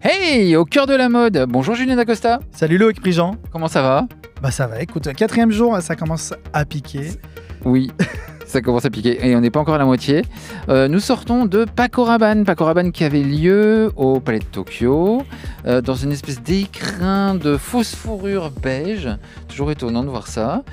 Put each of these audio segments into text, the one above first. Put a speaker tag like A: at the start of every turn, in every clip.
A: Hey, au cœur de la mode. Bonjour Julien Dacosta.
B: Salut Loïc Prigent.
A: Comment ça va?
B: Bah ça va, écoute, 4e jour, ça commence à piquer.
A: Oui, ça commence à piquer et on n'est pas encore à la moitié. Nous sortons de Paco Rabanne qui avait lieu au Palais de Tokyo, dans une espèce d'écrin de fausse fourrure beige. Toujours étonnant de voir ça.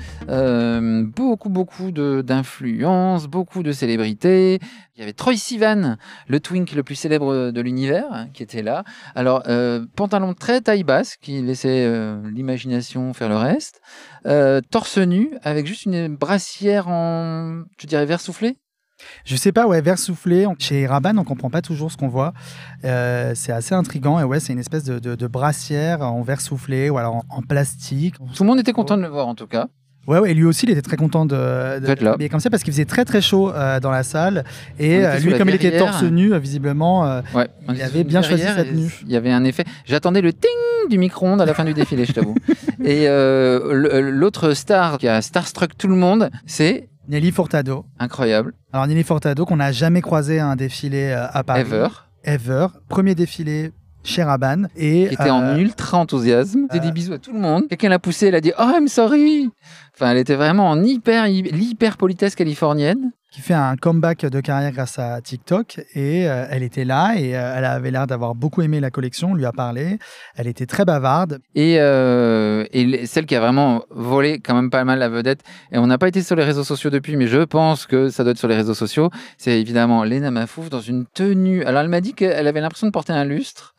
A: Beaucoup d'influences, beaucoup de célébrités. Il y avait Troye Sivan, le twink le plus célèbre de l'univers, qui était là. Alors, pantalon très taille basse, qui laissait l'imagination faire le reste. Torse nu, avec juste une brassière en, je dirais, verre soufflé.
B: Je sais pas, ouais, verre soufflé. Chez Rabanne, on comprend pas toujours ce qu'on voit. C'est assez intriguant. Et ouais, c'est une espèce de brassière en verre soufflé ou alors en plastique.
A: Tout le monde était content de le voir, en tout cas.
B: Ouais, et lui aussi, il était très content de
A: là.
B: Mais comme ça, parce qu'il faisait très chaud dans la salle. Et lui, comme il était torse nu, visiblement, il avait bien choisi sa tenue.
A: Il y avait un effet. J'attendais le ting du micro-ondes à la fin du défilé, je t'avoue. Et l'autre star qui a starstruck tout le monde, c'est
B: Nelly Furtado.
A: Incroyable.
B: Alors Nelly Furtado, qu'on n'a jamais croisé à un défilé à Paris. Ever. Premier défilé chez Rabanne. Et
A: qui était en ultra enthousiasme. Des bisous à tout le monde. Quelqu'un l'a poussée, elle a dit « Oh, I'm sorry !» Enfin, elle était vraiment en l'hyper politesse californienne.
B: Qui fait un comeback de carrière grâce à TikTok. Et elle était là et elle avait l'air d'avoir beaucoup aimé la collection. On lui a parlé. Elle était très bavarde.
A: Et celle qui a vraiment volé quand même pas mal la vedette, et on n'a pas été sur les réseaux sociaux depuis, mais je pense que ça doit être sur les réseaux sociaux, c'est évidemment Lena Mafouf dans une tenue. Alors elle m'a dit qu'elle avait l'impression de porter un lustre.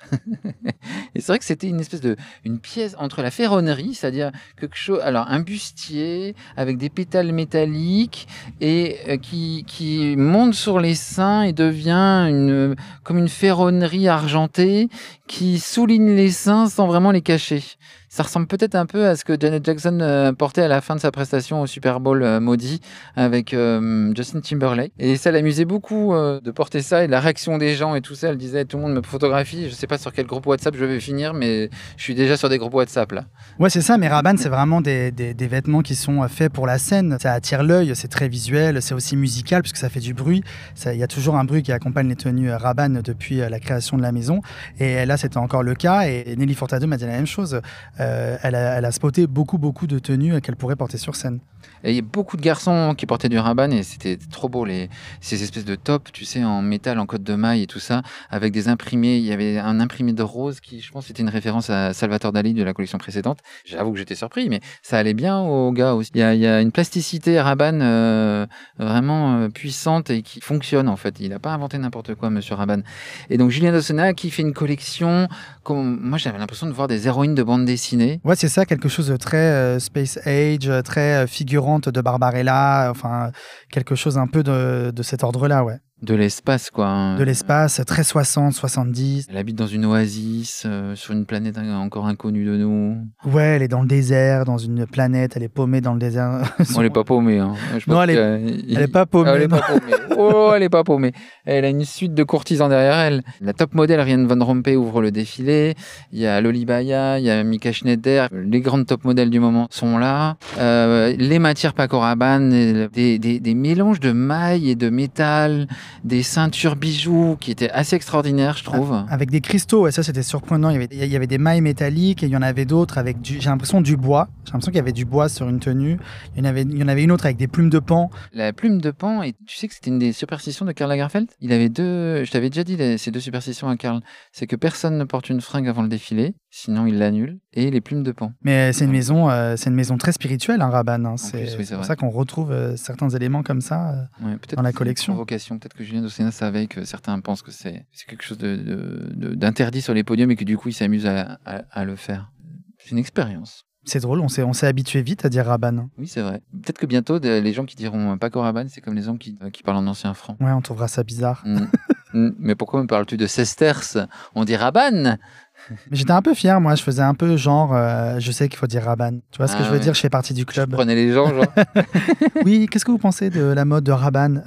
A: Et c'est vrai que c'était une espèce une pièce entre la ferronnerie, c'est-à-dire quelque chose, alors un bustier avec des pétales métalliques et qui monte sur les seins et devient comme une ferronnerie argentée qui souligne les seins sans vraiment les cacher. Ça ressemble peut-être un peu à ce que Janet Jackson portait à la fin de sa prestation au Super Bowl maudit avec Justin Timberlake. Et ça l'amusait beaucoup de porter ça, et la réaction des gens et tout ça. Elle disait, tout le monde me photographie, je sais pas sur quel groupe WhatsApp je vais finir, mais je suis déjà sur des groupes WhatsApp là.
B: Ouais, c'est ça, mais Rabanne, c'est vraiment des vêtements qui sont faits pour la scène. Ça attire l'œil, c'est très visuel, c'est aussi musical puisque ça fait du bruit. Il y a toujours un bruit qui accompagne les tenues Rabanne depuis la création de la maison. Et là, c'était encore le cas. Et Nelly Furtado m'a dit la même chose. Elle a spoté beaucoup de tenues qu'elle pourrait porter sur scène.
A: Et il y a beaucoup de garçons qui portaient du Rabanne et c'était trop beau, ces espèces de tops, tu sais, en métal, en côte de maille et tout ça, avec des imprimés. Il y avait un imprimé de rose qui, je pense, était une référence à Salvatore Dali de la collection précédente. J'avoue que j'étais surpris, mais ça allait bien aux gars aussi. Il y a une plasticité Rabanne vraiment puissante et qui fonctionne en fait. Il n'a pas inventé n'importe quoi, monsieur Rabanne. Et donc Julien Dossena qui fait une collection, moi j'avais l'impression de voir des héroïnes de bande dessinée.
B: Ouais, c'est ça, quelque chose de très Space Age, très figurante de Barbarella, enfin quelque chose un peu de cet ordre-là, ouais.
A: De l'espace, quoi. Hein.
B: De l'espace, très 60, 70.
A: Elle habite dans une oasis, sur une planète encore inconnue de nous.
B: Ouais, elle est dans le désert, dans une planète, elle est paumée dans le désert.
A: Elle n'est pas paumée. Hein.
B: Non, elle est pas paumée.
A: Elle est pas paumée. Oh, elle est pas paumée. Elle a une suite de courtisans derrière elle. La top modèle Ariane Van Rompuy ouvre le défilé. Il y a Loli Baya, il y a Mika Schneider. Les grandes top modèles du moment sont là. Les matières Paco Rabanne, des mélanges de mailles et de métal, des ceintures bijoux qui étaient assez extraordinaires, je trouve.
B: Avec des cristaux, et ça c'était surprenant. Il y avait des mailles métalliques et il y en avait d'autres avec j'ai l'impression du bois. J'ai l'impression qu'il y avait du bois sur une tenue. Il y en avait une autre avec des plumes de paon.
A: La plume de paon, et tu sais que c'était une des superstitions de Karl Lagerfeld. Il avait je t'avais déjà dit ces deux superstitions à Karl. C'est que personne ne porte une fringue avant le défilé, sinon il l'annule, et les plumes de paon.
B: Mais c'est une maison très spirituelle, hein, Rabanne. Hein. C'est pour ça qu'on retrouve certains éléments comme ça dans la collection.
A: Peut-être que Julien Dossena savait que certains pensent que c'est quelque chose d'interdit sur les podiums et que du coup il s'amuse à le faire. C'est une expérience.
B: C'est drôle, on s'est habitué vite à dire Rabanne.
A: Oui, c'est vrai. Peut-être que bientôt, les gens qui diront Paco Rabanne, c'est comme les gens qui parlent en ancien franc.
B: Ouais, on trouvera ça bizarre.
A: Mais pourquoi me parles-tu de sesterces? On dit Rabanne.
B: Mais j'étais un peu fier, moi. Je faisais un peu genre, je sais qu'il faut dire Rabanne. Tu vois ce que je veux dire? Je fais partie du club.
A: Je prenais les gens, genre.
B: Oui, qu'est-ce que vous pensez de la mode de Rabanne?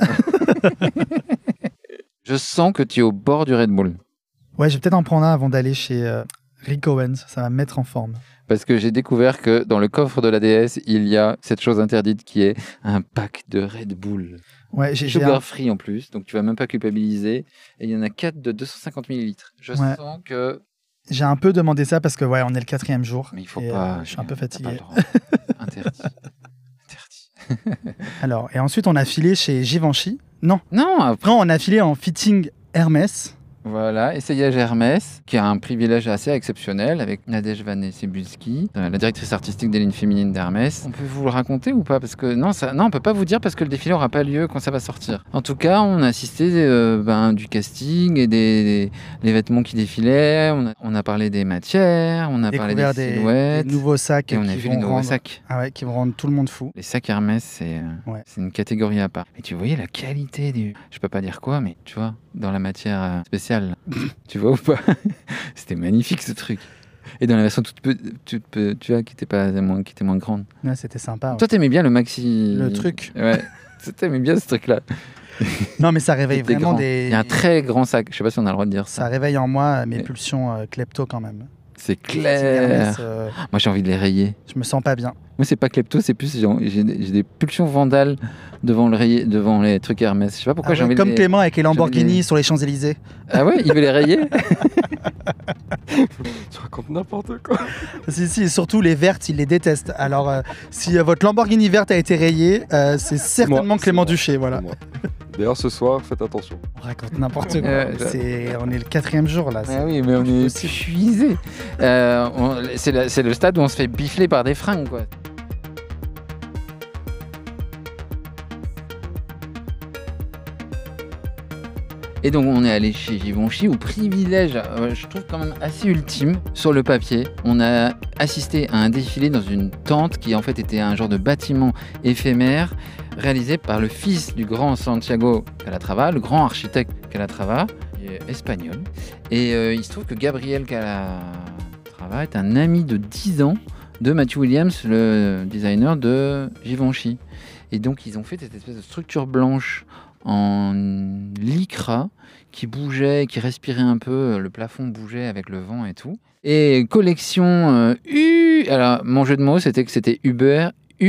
A: Je sens que tu es au bord du Red Bull.
B: Ouais, je vais peut-être en prendre un avant d'aller chez Rick Owens. Ça va me mettre en forme.
A: Parce que j'ai découvert que dans le coffre de la déesse, il y a cette chose interdite qui est un pack de Red Bull.
B: Ouais,
A: Sugar free en plus, donc tu vas même pas culpabiliser. Et il y en a 4 de 250 ml. Je sens que
B: J'ai un peu demandé ça parce que on est le 4e jour.
A: Mais il faut
B: et,
A: pas.
B: je suis un peu fatigué.
A: Interdit.
B: Alors, et ensuite, on a filé chez Givenchy. Non,
A: Après,
B: on a filé en fitting Hermès.
A: voilà, essayage Hermès, qui a un privilège assez exceptionnel avec Nadège Vanné-Cebulski, la directrice artistique des lignes féminines d'Hermès. On peut vous le raconter ou pas? Parce que non, on peut pas vous dire parce que le défilé n'aura pas lieu quand ça va sortir. En tout cas, on a assisté du casting et des vêtements qui défilaient. On a parlé des matières, on a parlé des silhouettes.
B: Des nouveaux sacs
A: et on a vu les nouveaux sacs.
B: Ah ouais, qui vont rendre tout le monde fou.
A: Les sacs Hermès, c'est une catégorie à part. Et tu voyais la qualité du... Je peux pas dire quoi, mais tu vois, dans la matière spéciale. Tu vois ou pas? C'était magnifique ce truc. Et dans la version tu vois, qui était moins grande.
B: Ouais, c'était sympa. Ouais.
A: Toi, t'aimais bien le maxi...
B: Le truc.
A: Ouais. T'aimais bien ce truc-là.
B: Non, mais ça réveille vraiment des...
A: Il y a un très grand sac. Je sais pas si on a le droit de dire ça.
B: Ça réveille en moi mes pulsions klepto quand même.
A: C'est clair. Moi, j'ai envie de les rayer.
B: Je me sens pas bien.
A: Moi, c'est pas klepto, c'est plus j'ai des pulsions vandales devant les trucs Hermès. Je sais pas pourquoi j'ai envie de les...
B: Comme Clément avec les Lamborghini sur les Champs-Élysées.
A: Ah ouais, il veut les rayer.
C: Tu racontes n'importe quoi.
B: Si, et surtout les vertes, il les déteste. Alors, si votre Lamborghini verte a été rayée, c'est certainement Clément Duché. Voilà.
C: D'ailleurs, ce soir, faites attention.
B: On raconte n'importe quoi. On est le 4e jour là.
A: Ah oui, mais on est épuisé. C'est le stade où on se fait bifler par des fringues, quoi. Et donc on est allé chez Givenchy au privilège, je trouve quand même assez ultime sur le papier. On a assisté à un défilé dans une tente qui en fait était un genre de bâtiment éphémère réalisé par le fils du grand Santiago Calatrava, le grand architecte Calatrava, qui est espagnol. Et il se trouve que Gabriel Calatrava est un ami de 10 ans de Matthew Williams, le designer de Givenchy. Et donc ils ont fait cette espèce de structure blanche en lycra qui bougeait, qui respirait un peu, le plafond bougeait avec le vent et tout. Et collection alors mon jeu de mots c'était que c'était Uber.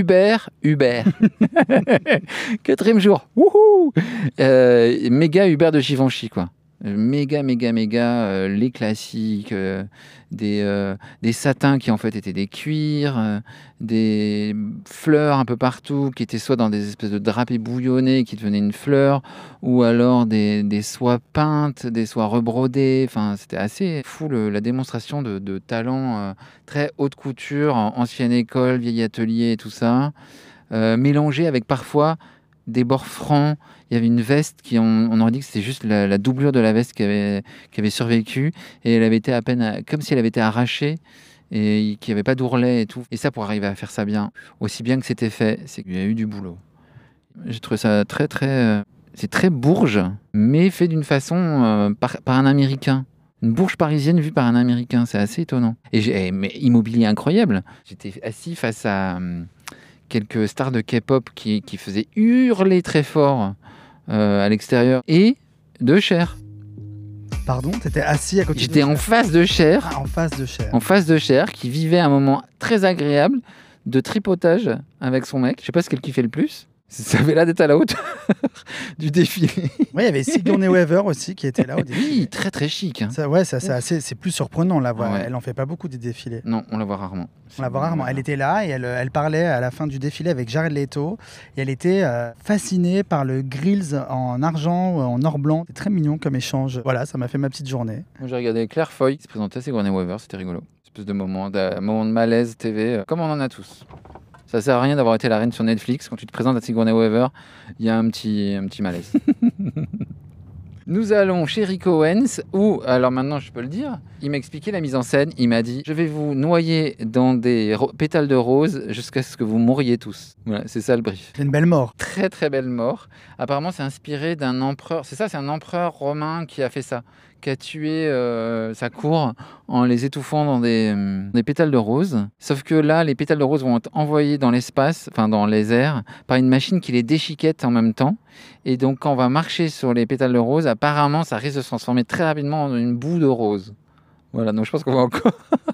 A: 4e jour. Wouhou. Méga Uber de Givenchy quoi. Méga, les classiques, des satins qui en fait étaient des cuirs, des fleurs un peu partout qui étaient soit dans des espèces de drapés bouillonnés qui devenaient une fleur, ou alors des soies peintes, des soies rebrodées. Enfin, c'était assez fou la démonstration de talent très haute couture, ancienne école, vieil atelier et tout ça, mélangé avec parfois des bords francs. Il y avait une veste on aurait dit que c'était juste la doublure de la veste qui avait survécu, et elle avait été à peine comme si elle avait été arrachée et qu'il n'y avait pas d'ourlet et tout. Et ça, pour arriver à faire ça bien, aussi bien que c'était fait, c'est qu'il y a eu du boulot. J'ai trouvé ça très c'est très bourge, mais fait d'une façon par un Américain. Une bourge parisienne vue par un Américain, c'est assez étonnant. Mais immobilier incroyable. J'étais assis face à quelques stars de K-pop qui faisaient hurler très fort à l'extérieur, et de Cher.
B: Pardon, t'étais assis à côté de
A: J'étais en face de Cher.
B: En face de Cher.
A: En face de Cher, qui vivait un moment très agréable de tripotage avec son mec. Je sais pas ce qu'elle kiffait le plus. Ça avait l'air d'être à la hauteur du défilé.
B: Oui, il y avait Sigourney Weaver aussi qui était là au défilé.
A: Oui, très chic. Hein.
B: C'est plus surprenant, la voix.
A: Ouais.
B: Elle en fait pas beaucoup des défilés.
A: Non, on la voit rarement.
B: Elle était là et elle parlait à la fin du défilé avec Jared Leto. Et elle était fascinée par le grills en argent ou en or blanc. C'est très mignon comme échange. Voilà, ça m'a fait ma petite journée.
A: Moi, j'ai regardé Claire Foy qui se présentait à Sigourney Weaver. C'était rigolo. Une espèce de moment de malaise TV, comme on en a tous. Ça sert à rien d'avoir été la reine sur Netflix. Quand tu te présentes à Sigourney Weaver, il y a un petit malaise. Nous allons chez Rick Owens, où, alors maintenant je peux le dire, il m'a expliqué la mise en scène. Il m'a dit, je vais vous noyer dans des pétales de rose jusqu'à ce que vous mouriez tous. Voilà, c'est ça le brief.
B: C'est une belle mort.
A: Très belle mort. Apparemment c'est inspiré d'un empereur, c'est un empereur romain qui a fait ça, qui a tué sa cour en les étouffant dans des pétales de rose. Sauf que là, les pétales de rose vont être envoyés dans l'espace, enfin dans les airs, par une machine qui les déchiquette en même temps. Et donc, quand on va marcher sur les pétales de rose, apparemment, ça risque de se transformer très rapidement en une boue de rose. Voilà, donc je pense qu'on va encore...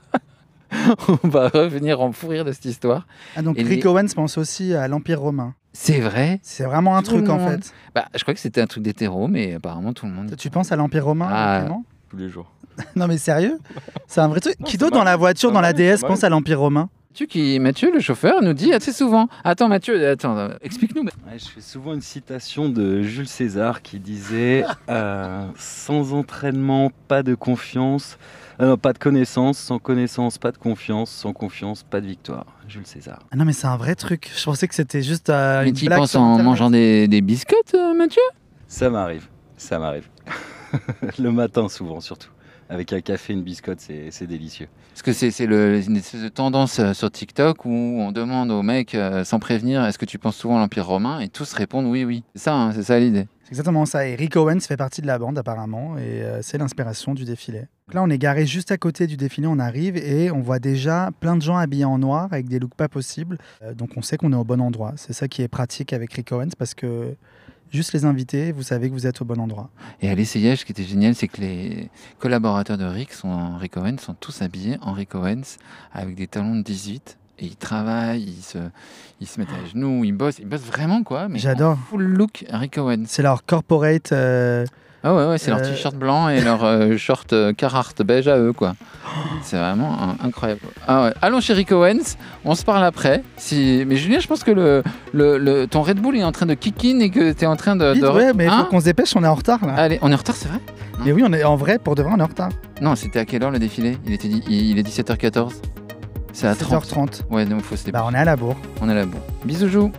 A: on va revenir en fou rire de cette histoire.
B: Ah, donc Rick Owens pense aussi à l'Empire romain.
A: C'est vrai.
B: C'est vraiment un truc, en fait.
A: Je crois que c'était un truc d'hétéro, mais apparemment, tout le monde...
B: Tu penses à l'Empire romain, Clément ?
C: tous les jours.
B: Non mais sérieux? C'est un vrai truc.
C: Non,
B: Qui
C: ça
B: d'autre dans la
C: m'arrive,
B: voiture,
C: ça
B: dans la
C: m'arrive,
B: DS,
C: ça
B: pense à l'Empire romain?
A: Mathieu, le chauffeur, nous dit assez souvent. Attends, Mathieu, explique-nous.
D: Ouais, je fais souvent une citation de Jules César qui disait sans entraînement, pas de confiance, non, pas de connaissance, sans connaissance, pas de confiance, sans confiance, pas de victoire. Jules César.
B: Ah non mais c'est un vrai truc. Je pensais que c'était juste
A: Mais
B: une
A: tu y
B: blague
A: penses
B: sur
A: en
B: Internet.
A: mangeant des biscottes, Mathieu?
D: Ça m'arrive, ça m'arrive. Le matin souvent surtout. Avec un café, une biscotte, c'est délicieux.
A: Parce que c'est une espèce de tendance sur TikTok où on demande aux mecs sans prévenir est-ce que tu penses souvent à l'Empire romain et tous répondent oui, oui. C'est ça, hein, c'est ça l'idée.
B: C'est exactement ça. Et Rick Owens fait partie de la bande apparemment et c'est l'inspiration du défilé. Donc là, on est garé juste à côté du défilé, on arrive et on voit déjà plein de gens habillés en noir avec des looks pas possibles. Donc on sait qu'on est au bon endroit. C'est ça qui est pratique avec Rick Owens parce que juste les invités, vous savez que vous êtes au bon endroit.
A: Et à l'essayage, ce qui était génial, c'est que les collaborateurs de Rick Owens sont tous habillés en Rick Owens avec des talons de 18. Et ils travaillent, ils se mettent à genoux, ils bossent vraiment quoi. Mais
B: J'adore.
A: en full look Rick Owens.
B: C'est leur corporate.
A: Ah ouais, c'est leur t-shirt blanc et leur short Carhartt beige à eux quoi. C'est vraiment incroyable. Ah ouais. Allons chez Rick Owens, on se parle après. Mais Julien, je pense que ton Red Bull est en train de kick in et que tu es en train de...
B: Vite, ouais, mais il faut qu'on se dépêche, on est en retard là.
A: Allez, on est en retard, c'est vrai?
B: Mais oui, on est en vrai, pour de vrai, on est en retard.
A: Non, c'était à quelle heure le défilé? Il est 17h14. C'est à 30.
B: 7h30.
A: Ouais, donc il faut se dépêcher.
B: Bah, on est à la bourre.
A: On est là bon. Bisous, Jou.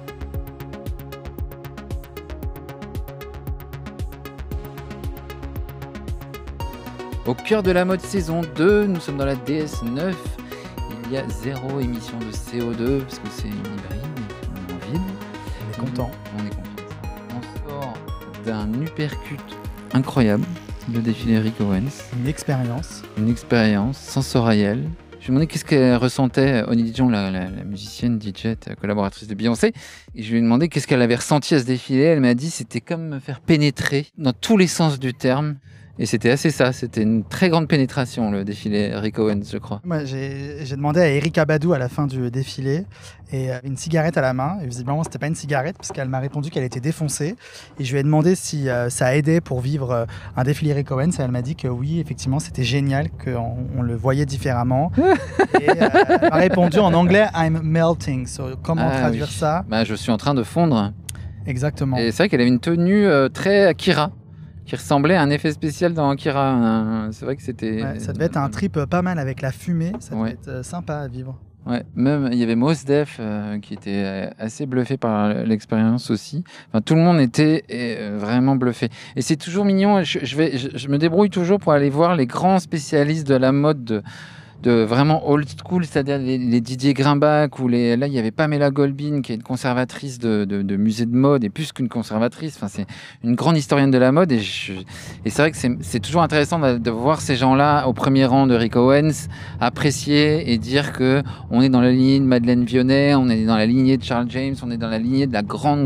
A: Au cœur de la mode saison 2, nous sommes dans la DS9. Il y a 0 émission de CO2 parce que c'est une hybride et qu'on est en ville.
B: On est content.
A: On est content. On sort d'un uppercut incroyable, le défilé Rick Owens.
B: Une expérience.
A: Une expérience sensorielle. Je me demandais qu'est-ce qu'elle ressentait, Honey Dijon, la musicienne DJ, collaboratrice de Beyoncé. Et je lui ai demandé qu'est-ce qu'elle avait ressenti à ce défilé. Elle m'a dit c'était comme me faire pénétrer dans tous les sens du terme. Et c'était assez ça, c'était une très grande pénétration, le défilé Rick Owens, je crois.
B: Moi, j'ai demandé à Erika Badou à la fin du défilé et une cigarette à la main. Et visiblement, c'était pas une cigarette parce qu'elle m'a répondu qu'elle était défoncée. Et je lui ai demandé si ça aidait pour vivre un défilé Rick Owens. Et elle m'a dit que oui, effectivement, c'était génial, qu'on le voyait différemment. Et elle m'a répondu en anglais « I'm melting ». Comment traduire ça?
A: Je suis en train de fondre.
B: Exactement.
A: Et c'est vrai qu'elle avait une tenue très Akira, qui ressemblait à un effet spécial dans Akira. C'est vrai que c'était...
B: Ouais, ça devait être un trip pas mal avec la fumée, ça devait être sympa à vivre.
A: Ouais, même il y avait Mos Def qui était assez bluffé par l'expérience aussi. Enfin, tout le monde était vraiment bluffé. Et c'est toujours mignon, je me débrouille toujours pour aller voir les grands spécialistes de la mode de vraiment old school, c'est-à-dire les Didier Grimbach ou là il y avait Pamela Golbin qui est une conservatrice de musée de mode et plus qu'une conservatrice, enfin c'est une grande historienne de la mode et c'est vrai que c'est toujours intéressant de voir ces gens-là au premier rang de Rick Owens apprécier et dire que on est dans la lignée de Madeleine Vionnet, on est dans la lignée de Charles James, on est dans la lignée de la grande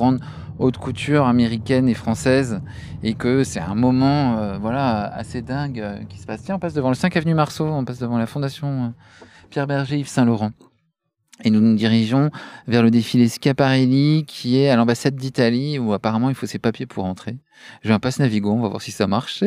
A: haute couture américaine et française et que c'est un moment assez dingue qui se passe. Tiens, on passe devant le 5 avenue Marceau, on passe devant la fondation Pierre Berger Yves Saint-Laurent et nous nous dirigeons vers le défilé Schiaparelli qui est à l'ambassade d'Italie où apparemment il faut ses papiers pour entrer. J'ai un passe Navigo, on va voir si ça marche.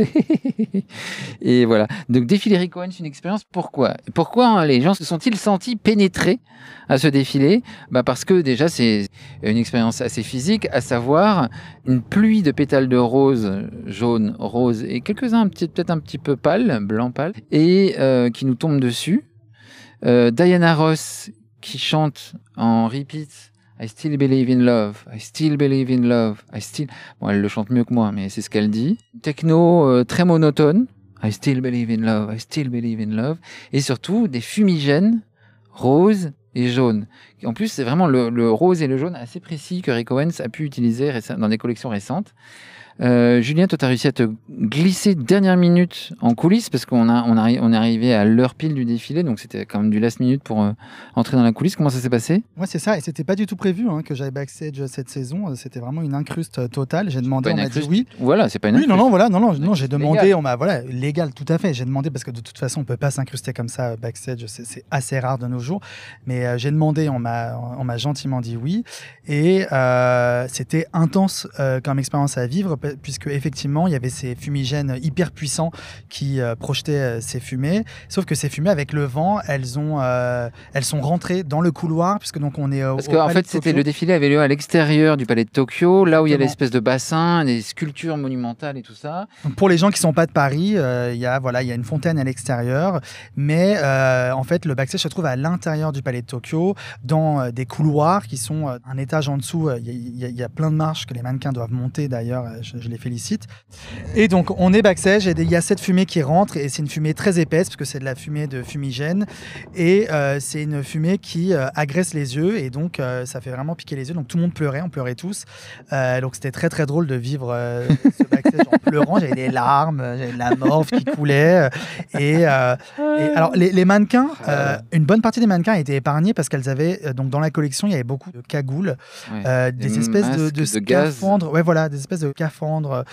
A: Et voilà. Donc défilé Rick Owens, une expérience. Pourquoi les gens se sont-ils sentis pénétrés à ce défilé? Parce que déjà c'est une expérience assez physique, à savoir une pluie de pétales de rose, jaune, rose et quelques-uns peut-être un petit peu pâle, blanc pâle, et qui nous tombent dessus. Diana Ross qui chante en repeat I still believe in love, I still believe in love, I still... Bon, elle le chante mieux que moi, mais c'est ce qu'elle dit. Techno très monotone, I still believe in love, I still believe in love. Et surtout, des fumigènes roses et jaunes. En plus, c'est vraiment le rose et le jaune assez précis que Rick Owens a pu utiliser dans des collections récentes. Julien, toi, tu as réussi à te glisser dernière minute en coulisses parce qu'on est arrivé à l'heure pile du défilé, donc c'était quand même du last minute pour entrer dans la coulisse. Comment ça s'est passé?
B: Moi, c'est ça, et c'était pas du tout prévu que j'aille backstage cette saison. C'était vraiment une incruste totale. J'ai demandé, on m'a dit oui.
A: Voilà, c'est pas une
B: incruste.
A: Oui,
B: non, j'ai demandé, légal, tout à fait. J'ai demandé parce que de toute façon, on peut pas s'incruster comme ça backstage, c'est assez rare de nos jours. Mais j'ai demandé, on m'a gentiment dit oui, et c'était intense comme expérience à vivre puisque effectivement, il y avait ces fumigènes hyper puissants qui projetaient ces fumées. Sauf que ces fumées, avec le vent, elles sont rentrées dans le couloir, puisque donc on est
A: Parce qu'en fait, le défilé avait lieu à l'extérieur du palais de Tokyo, là où il y a l'espèce de bassin, des sculptures monumentales et tout ça.
B: Donc pour les gens qui sont pas de Paris, il y a une fontaine à l'extérieur, mais en fait, le backstage se trouve à l'intérieur du palais de Tokyo, dans des couloirs qui sont un étage en dessous. Il y a plein de marches que les mannequins doivent monter, d'ailleurs, je les félicite. Et donc, on est backstage et il y a cette fumée qui rentre, et c'est une fumée très épaisse, parce que c'est de la fumée de fumigène, et c'est une fumée qui agresse les yeux, et donc ça fait vraiment piquer les yeux. Donc tout le monde pleurait, on pleurait tous. Donc c'était très très drôle de vivre ce backstage en pleurant. J'avais des larmes, j'avais de la morve qui coulait. Et alors les mannequins, une bonne partie des mannequins étaient épargnés parce qu'elles avaient, donc dans la collection, il y avait beaucoup de cagoules, des espèces de scaphandres. Ouais, voilà, des espèces de scaphandres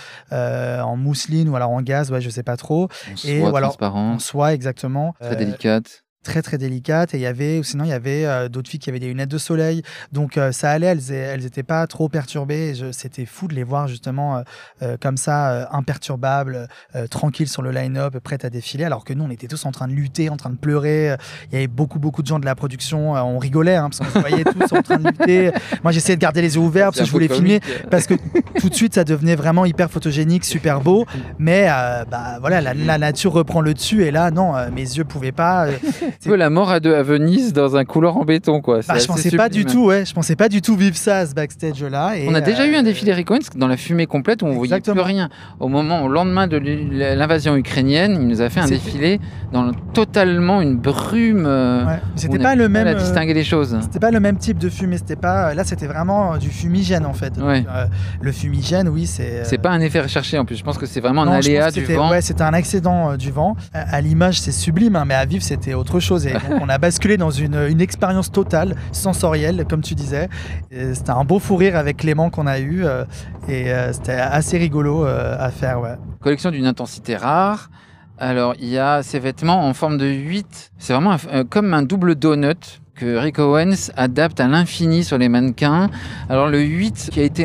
B: en mousseline ou alors en gaz, ouais, je sais pas trop.
A: En soie transparente.
B: En soie, exactement.
A: Très délicate.
B: Très très délicate, et il y avait d'autres filles qui avaient des lunettes de soleil, donc ça allait, elles étaient pas trop perturbées. C'était fou de les voir justement comme ça, imperturbables, tranquilles sur le line-up, prêtes à défiler, alors que nous on était tous en train de lutter, en train de pleurer. Il y avait beaucoup de gens de la production, on rigolait parce qu'on se voyait tous en train de lutter. Moi j'essayais de garder les yeux ouverts parce que je voulais filmer, parce que tout de suite ça devenait vraiment hyper photogénique, super beau, mais voilà, la nature reprend le dessus, et là non, mes yeux pouvaient pas.
A: C'est un peu la mort à Venise dans un couloir en béton, quoi.
B: Je pensais pas du tout, je pensais pas du tout vivre ça à ce backstage là.
A: On a déjà eu un défilé Rick Owens dans la fumée complète où on voyait plus rien. Au lendemain de l'invasion ukrainienne, il nous a fait un défilé dans totalement une brume.
B: C'était pas le même.
A: À distinguer les choses.
B: C'était pas le même type de fumée. Là, c'était vraiment du fumigène en fait.
A: Ouais.
B: Donc, le fumigène, oui, c'est.
A: C'est pas un effet recherché en plus. Je pense que c'est vraiment un aléa du vent.
B: Ouais, c'était un accident du vent. À l'image, c'est sublime, mais à vivre, c'était autre chose. Et donc, on a basculé dans une expérience totale, sensorielle, comme tu disais. C'était un beau fou rire avec Clément qu'on a eu, et c'était assez rigolo à faire. Ouais.
A: Collection d'une intensité rare. Alors, il y a ces vêtements en forme de 8. C'est vraiment comme un double donut que Rick Owens adapte à l'infini sur les mannequins. Alors, le 8 qui a été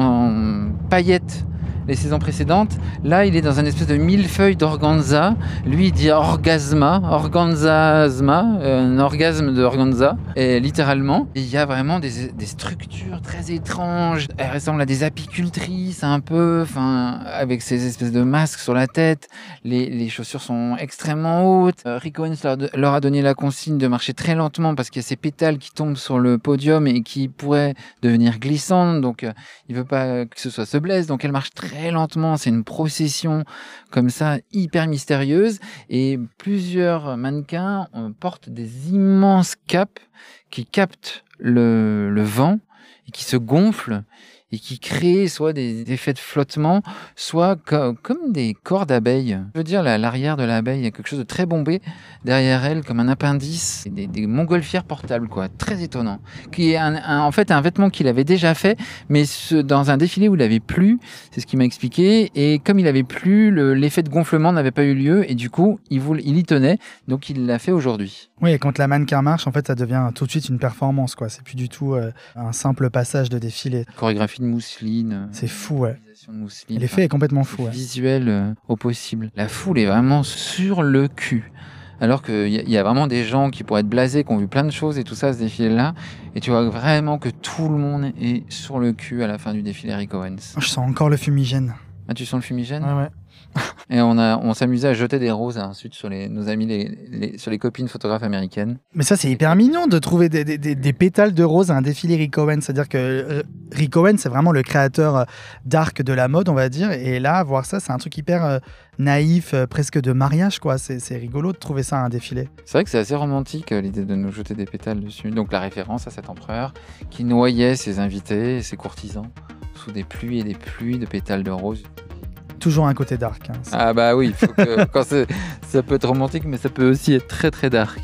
A: en paillettes les saisons précédentes, là il est dans un espèce de millefeuille d'organza. Lui il dit orgasma, un orgasme de organza, et littéralement. Et il y a vraiment des structures très étranges. Elle ressemble à des apicultrices un peu, avec ces espèces de masques sur la tête. Les chaussures sont extrêmement hautes. Rick Owens leur a donné la consigne de marcher très lentement parce qu'il y a ces pétales qui tombent sur le podium et qui pourraient devenir glissantes. Donc il veut pas que ce se blesse. Donc elle marche très lentement, c'est une procession comme ça, hyper mystérieuse, et plusieurs mannequins portent des immenses capes qui captent le vent et qui se gonflent et qui créent soit des effets de flottement, soit comme des corps d'abeilles. Je veux dire, l'arrière de l'abeille, il y a quelque chose de très bombé derrière elle, comme un appendice, des montgolfières portables, quoi, très étonnant. Qui est en fait un vêtement qu'il avait déjà fait, mais dans un défilé où il avait plu, c'est ce qu'il m'a expliqué, et comme il avait plu, l'effet de gonflement n'avait pas eu lieu, et du coup, il y tenait, donc il l'a fait aujourd'hui.
B: Oui, et quand la mannequin marche, en fait, ça devient tout de suite une performance, quoi. C'est plus du tout un simple passage de défilé.
A: Chorégraphie de mousseline.
B: C'est fou, ouais.
A: Mousseline,
B: l'effet est complètement fou. Ouais.
A: Visuel au possible. La foule est vraiment sur le cul. Alors qu'il y a vraiment des gens qui pourraient être blasés, qui ont vu plein de choses et tout ça, ce défilé-là. Et tu vois vraiment que tout le monde est sur le cul à la fin du défilé Rick Owens.
B: Je sens encore le fumigène.
A: Ah, tu sens le fumigène ?
B: Ouais.
A: Et on s'amusait à jeter des roses à insulte sur nos amis, sur les copines photographes américaines.
B: Mais ça, c'est hyper mignon de trouver des pétales de roses à un défilé Rick Owens. C'est-à-dire que Rick Owens, c'est vraiment le créateur d'arc de la mode, on va dire. Et là, voir ça, c'est un truc hyper naïf, presque de mariage, quoi. C'est rigolo de trouver ça à un défilé.
A: C'est vrai que c'est assez romantique, l'idée de nous jeter des pétales dessus. Donc la référence à cet empereur qui noyait ses invités et ses courtisans sous des pluies et des pluies de pétales de roses.
B: Toujours un côté dark.
A: Ah bah oui, faut que, ça peut être romantique, mais ça peut aussi être très très dark.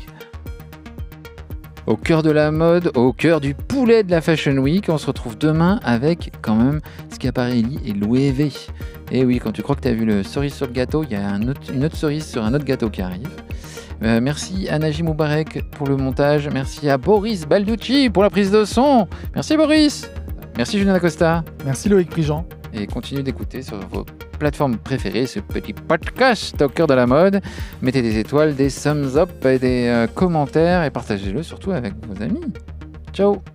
A: Au cœur de la mode, au cœur du poulet de la Fashion Week, on se retrouve demain avec quand même Schiaparelli et Loewe. Et oui, quand tu crois que tu as vu le cerise sur le gâteau, il y a une autre cerise sur un autre gâteau qui arrive. Merci à Najim Moubarek pour le montage. Merci à Boris Balducci pour la prise de son. Merci Boris. Merci Julien Acosta.
B: Merci Loïc Prigent.
A: et continuez d'écouter sur vos plateformes préférées ce petit podcast au cœur de la mode. Mettez des étoiles, des thumbs up et des commentaires et partagez-le surtout avec vos amis. Ciao!